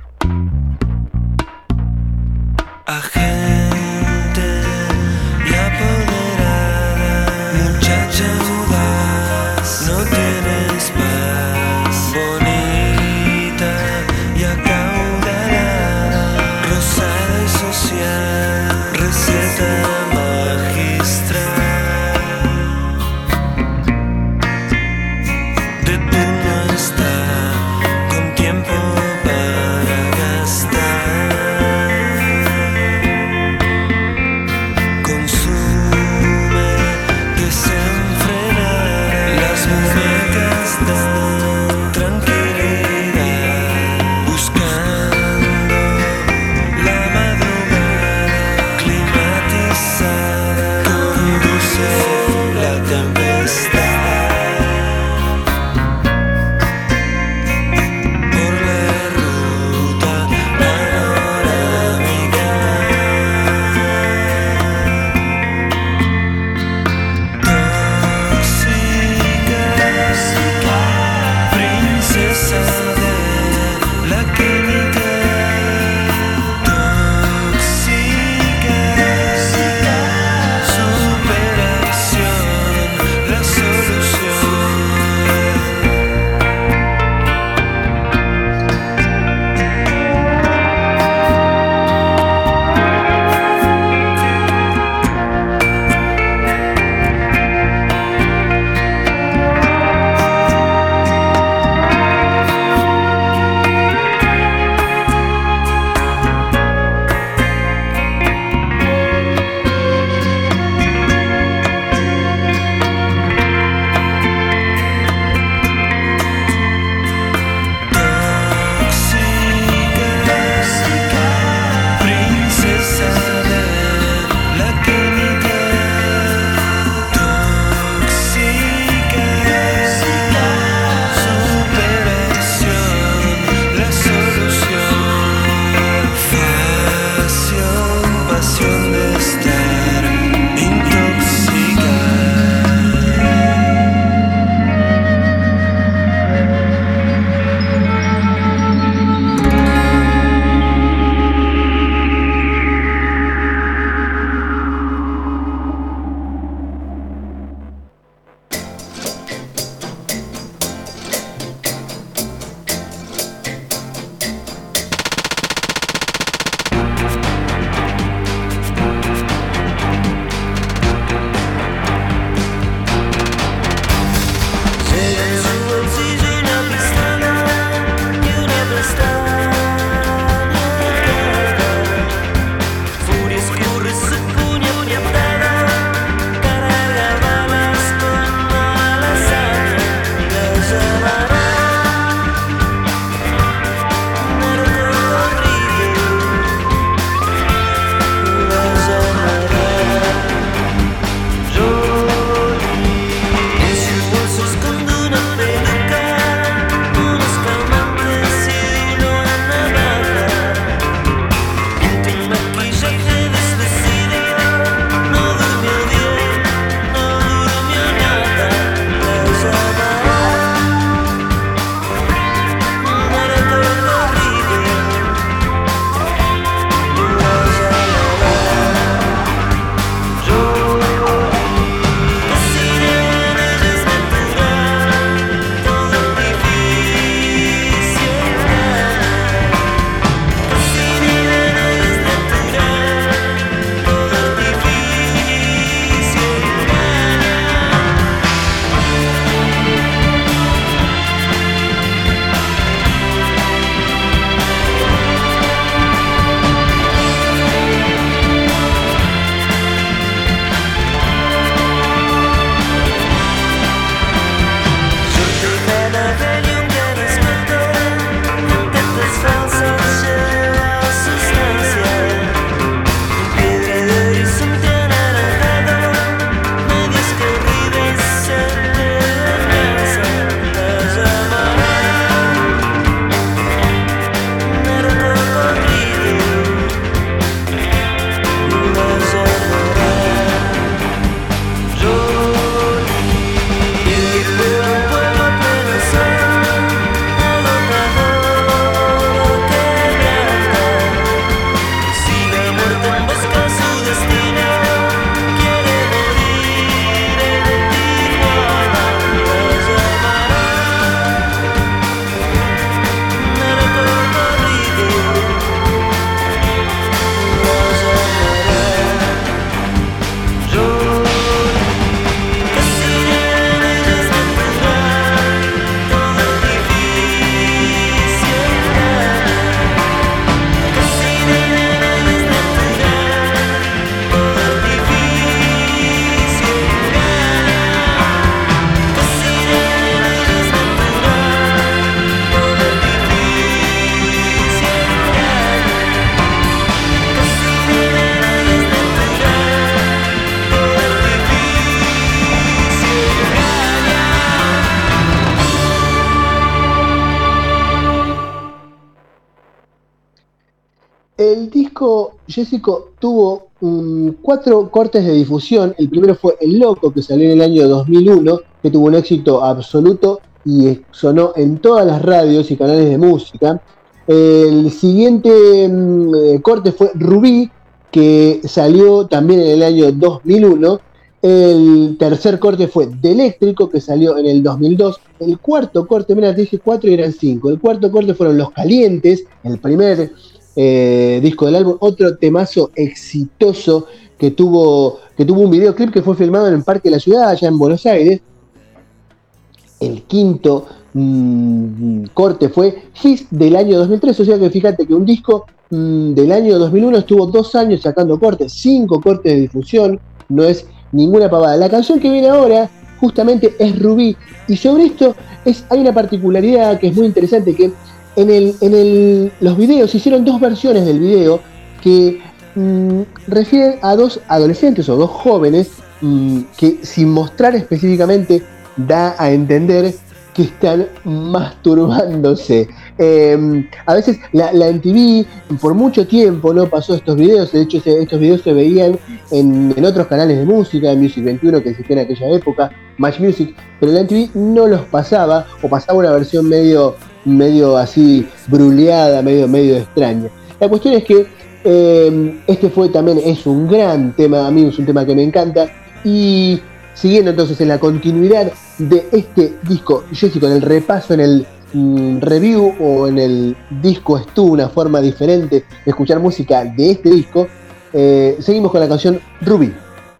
El disco Jessico tuvo 4 cortes de difusión. El primero fue El Loco, que salió en el año 2001, que tuvo un éxito absoluto y sonó en todas las radios y canales de música. El siguiente corte fue Rubí, que salió también en el año 2001. El tercer corte fue De Eléctrico, que salió en el 2002. El cuarto corte, mira, te dije 4 y eran 5. El cuarto corte fueron Los Calientes, el primer disco del álbum, otro temazo exitoso que tuvo un videoclip que fue filmado en el Parque de la Ciudad, allá en Buenos Aires. El quinto corte fue Fizz del año 2003, o sea que fíjate que un disco del año 2001 estuvo 2 años sacando cortes, 5 cortes de difusión, no es ninguna pavada. La canción que viene ahora justamente es Rubí, y sobre esto hay una particularidad que es muy interesante, que los videos, hicieron 2 versiones del video que refieren a 2 adolescentes o 2 jóvenes que, sin mostrar específicamente, da a entender que están masturbándose. A veces la MTV por mucho tiempo no pasó estos videos. De hecho, estos videos se veían en otros canales de música, Music 21 que existía en aquella época, Match Music, pero la MTV no los pasaba, o pasaba una versión medio así bruleada, medio extraña. La cuestión es que este también es un gran tema, a mí es un tema que me encanta. Y siguiendo entonces en la continuidad de este disco, Jessico, en el repaso, en el review o en el disco Estu, una forma diferente de escuchar música de este disco, seguimos con la canción Rubí.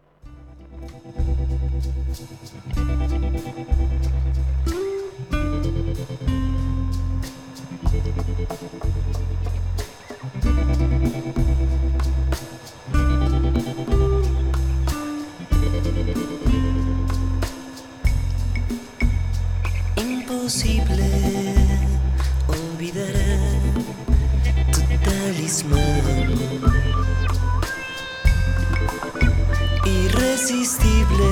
Imposible olvidar tu talismán, irresistible,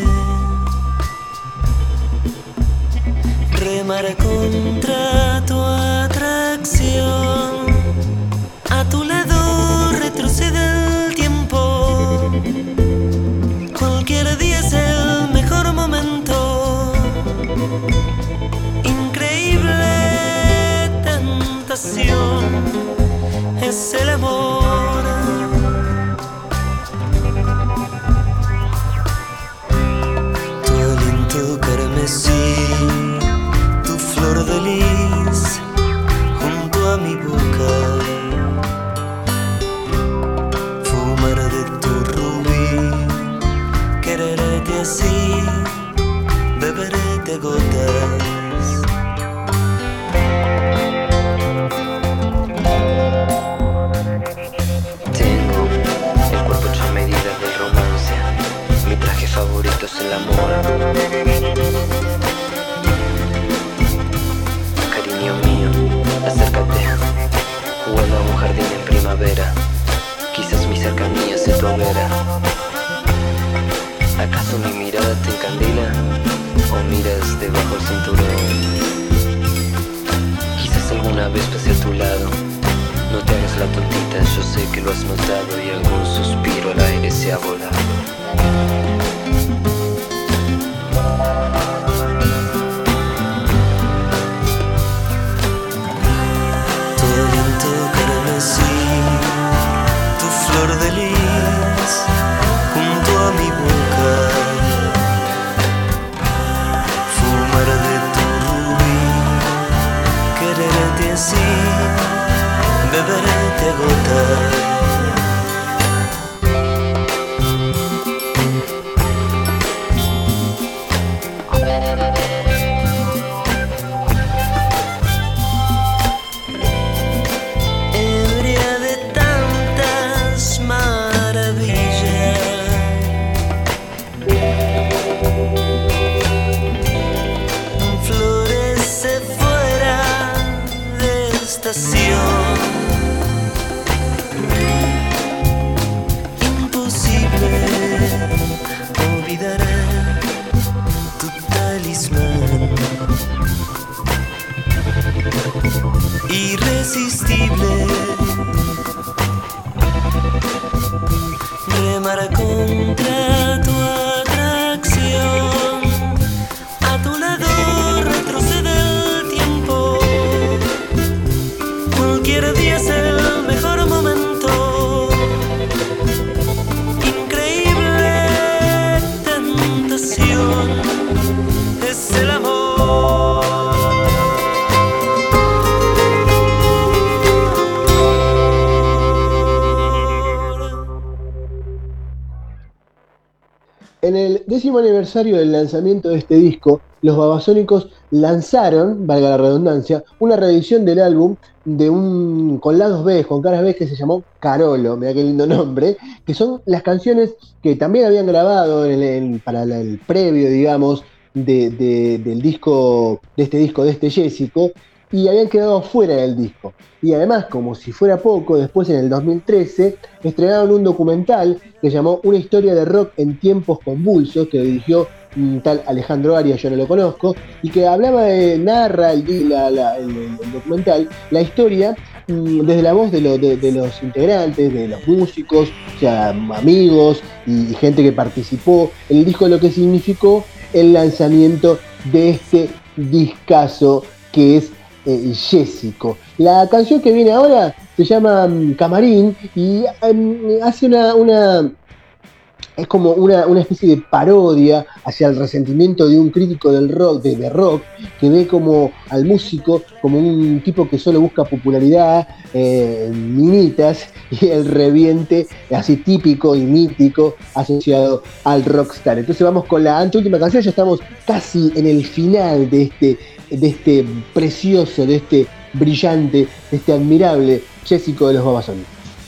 remar contra tu atracción, a tu lado retrocede el tiempo, cualquier día es el mejor momento. Increíble tentación es el amor. Tu aliento carmesí, tu flor de lis junto a mi boca, fumar de tu rubí, quererte así, beberé gotas. Tengo el cuerpo hecho a medida del romance, mi traje favorito es el amor. Cariño mío, acércate, huelo a un jardín en primavera, quizás mi cercanía se tu hoguera. ¿Acaso mi mirada te encandila? ¿O miras debajo del cinturón? Quizás alguna vez pasé a tu lado. No te hagas la tontita, yo sé que lo has notado y algún suspiro al aire se ha volado. Tu aliento carmesí, tu flor de lis junto a mi boca, fumar de tu rubí, quererte así, beberete a gotas. remar contra tu atracción. A tu lado retrocede el tiempo. Cualquier día es el mejor momento. Increíble tentación es el amor. En el 10º aniversario del lanzamiento de este disco, los Babasónicos lanzaron, valga la redundancia, una reedición del álbum con lados B, con caras B, que se llamó Carolo, mira qué lindo nombre, que son las canciones que también habían grabado para el previo, digamos, del disco, de este Jessico, y habían quedado fuera del disco. Y además, como si fuera poco, después en el 2013 estrenaron un documental que se llamó Una historia de rock en tiempos convulsos, que dirigió un tal Alejandro Arias, yo no lo conozco, y que narra el documental la historia desde la voz de los integrantes, de los músicos, o sea, amigos y gente que participó en el disco, lo que significó el lanzamiento de este discazo que es Jessico. La canción que viene ahora se llama Camarín y hace es como una especie de parodia hacia el resentimiento de un crítico del rock, de rock, que ve como al músico como un tipo que solo busca popularidad, minitas, y el reviente así típico y mítico asociado al rockstar. Entonces vamos con la anteúltima canción, ya estamos casi en el final de este precioso, de este brillante, de este admirable Jessico de los Babasónicos.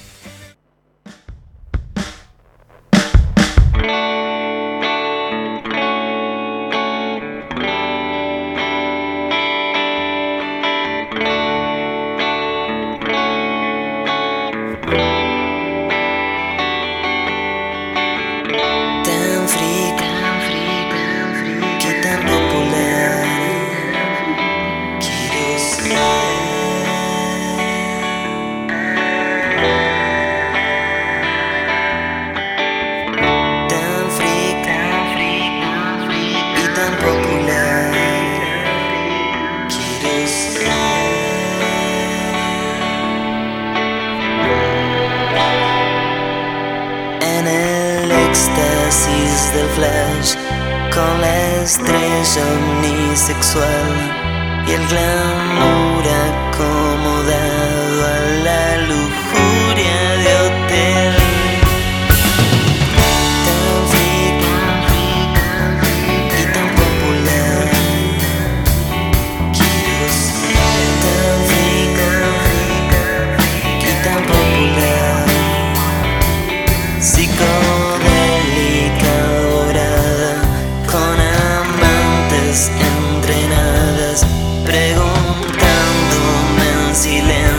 Del flash, con la estrella omnisexual y el glamour acomodado a la lujuria de hotel. Tan freak y tan popular. Quiero ser tan freak y tan popular. Entrenadas, preguntándome en silencio.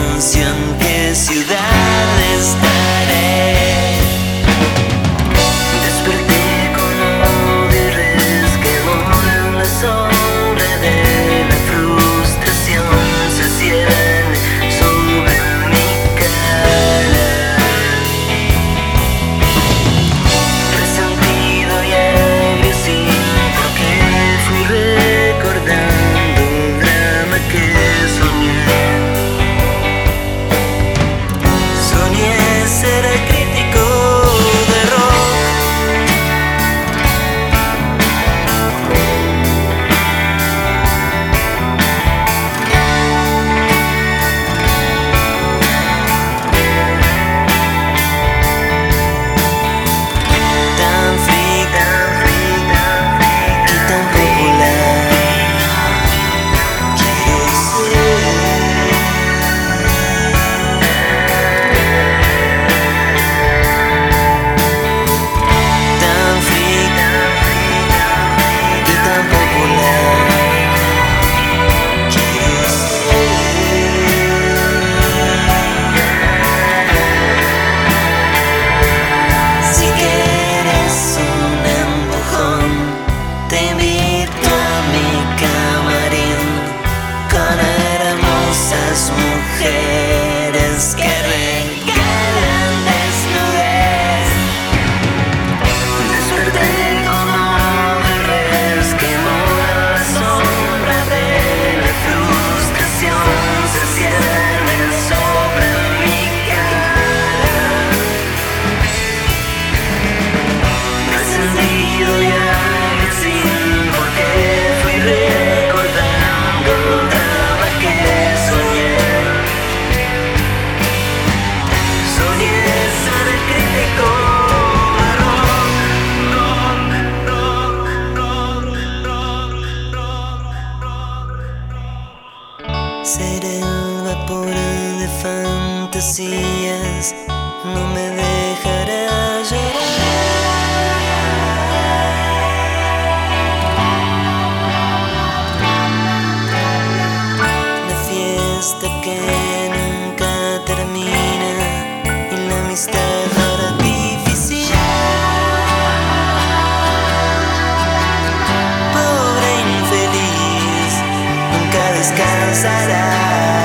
fantasías no me dejará llorar. La fiesta que nunca termina y la amistad artificial. Pobre infeliz, nunca descansará.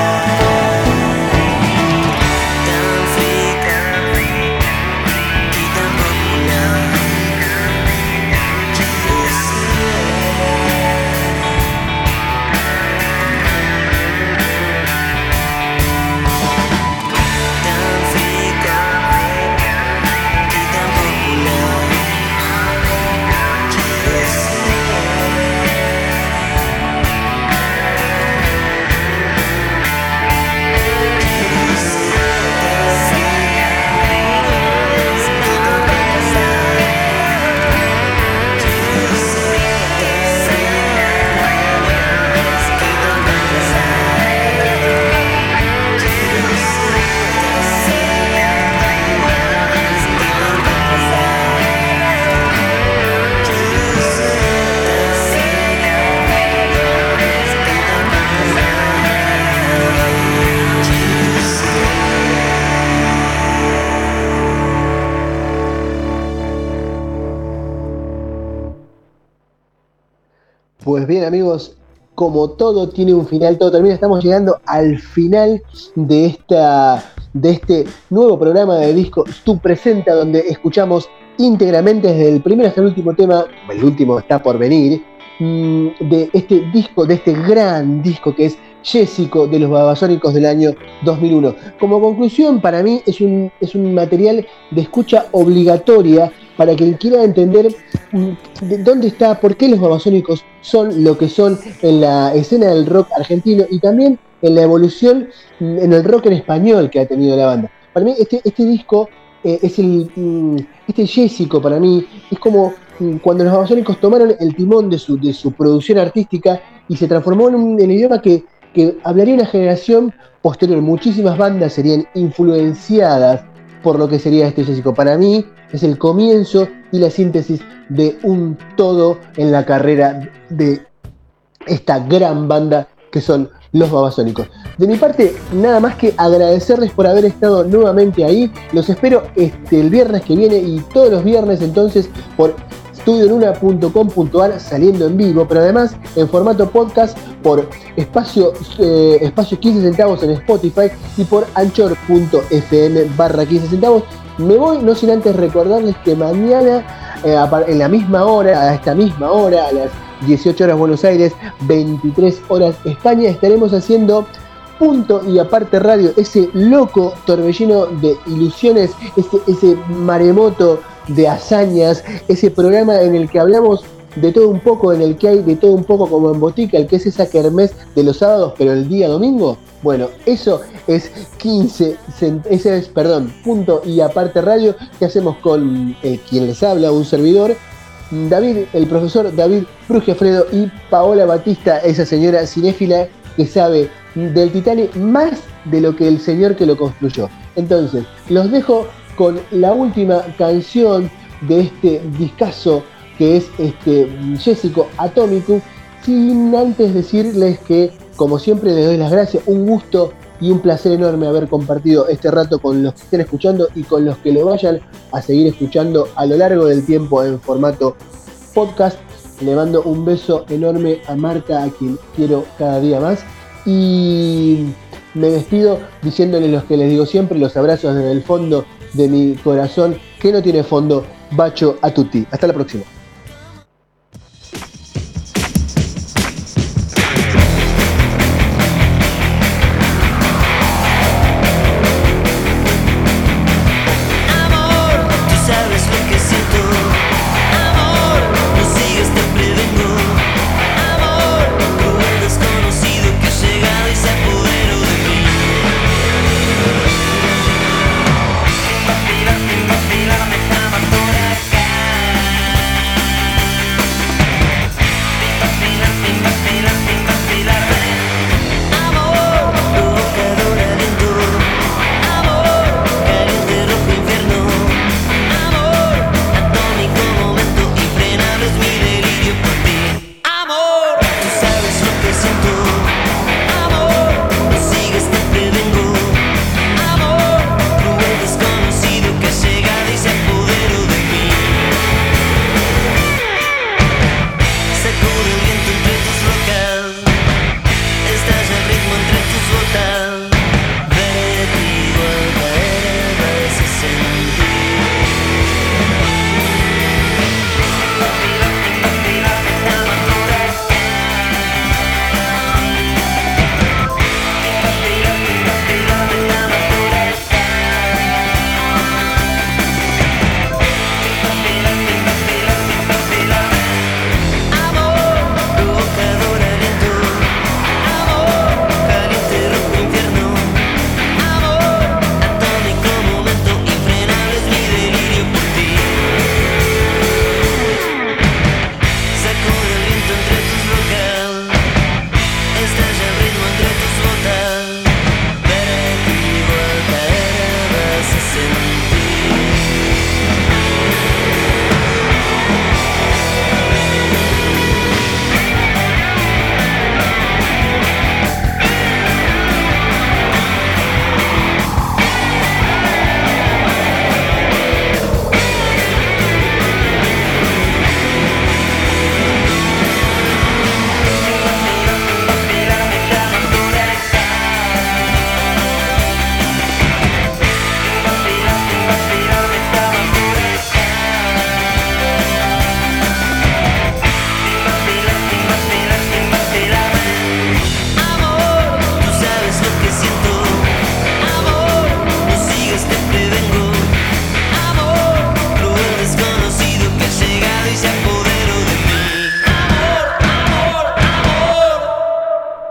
Pues bien, amigos, como todo tiene un final, todo termina. Estamos llegando al final de este nuevo programa de Disco Tu Presenta, donde escuchamos íntegramente desde el primer hasta el último tema, el último está por venir, de este disco, de este gran disco que es Jessico de los Babasónicos del año 2001. Como conclusión, para mí es un material de escucha obligatoria para quien quiera entender dónde está, por qué los Babasónicos son lo que son en la escena del rock argentino y también en la evolución en el rock en español que ha tenido la banda. Para mí este disco este Jessico para mí es como cuando los Babasónicos tomaron el timón de su producción artística y se transformó en el idioma que hablaría una generación posterior. Muchísimas bandas serían influenciadas por lo que sería este Jessico. Para mí es el comienzo y la síntesis de un todo en la carrera de esta gran banda que son los Babasónicos. De mi parte, nada más que agradecerles por haber estado nuevamente ahí. Los espero el viernes que viene y todos los viernes entonces por estudioenuna.com.ar saliendo en vivo, pero además en formato podcast por espacio 15 centavos en Spotify y por anchor.fm/15 centavos. Me voy, no sin antes recordarles que mañana en la misma hora, a esta misma hora, a las 18 horas Buenos Aires, 23 horas España, estaremos haciendo Punto y Aparte Radio, ese loco torbellino de ilusiones, ese maremoto de hazañas, ese programa en el que hablamos de todo un poco, en el que hay de todo un poco como en Botica, el que es esa kermés de los sábados, pero el día domingo. Bueno, eso es Punto y Aparte Radio, que hacemos con quien les habla, un servidor, David, el profesor David Brugiafredo y Paola Batista, esa señora cinéfila que sabe del Titanic más de lo que el señor que lo construyó. Entonces, los dejo con la última canción de este discazo que es Jessico Atomicus, sin antes decirles que, como siempre, les doy las gracias, un gusto y un placer enorme haber compartido este rato con los que estén escuchando y con los que lo vayan a seguir escuchando a lo largo del tiempo en formato podcast. Le mando un beso enorme a Marta, a quien quiero cada día más, y me despido diciéndoles lo que les digo siempre, los abrazos desde el fondo de mi corazón, que no tiene fondo. Bacio a tutti. Hasta la próxima.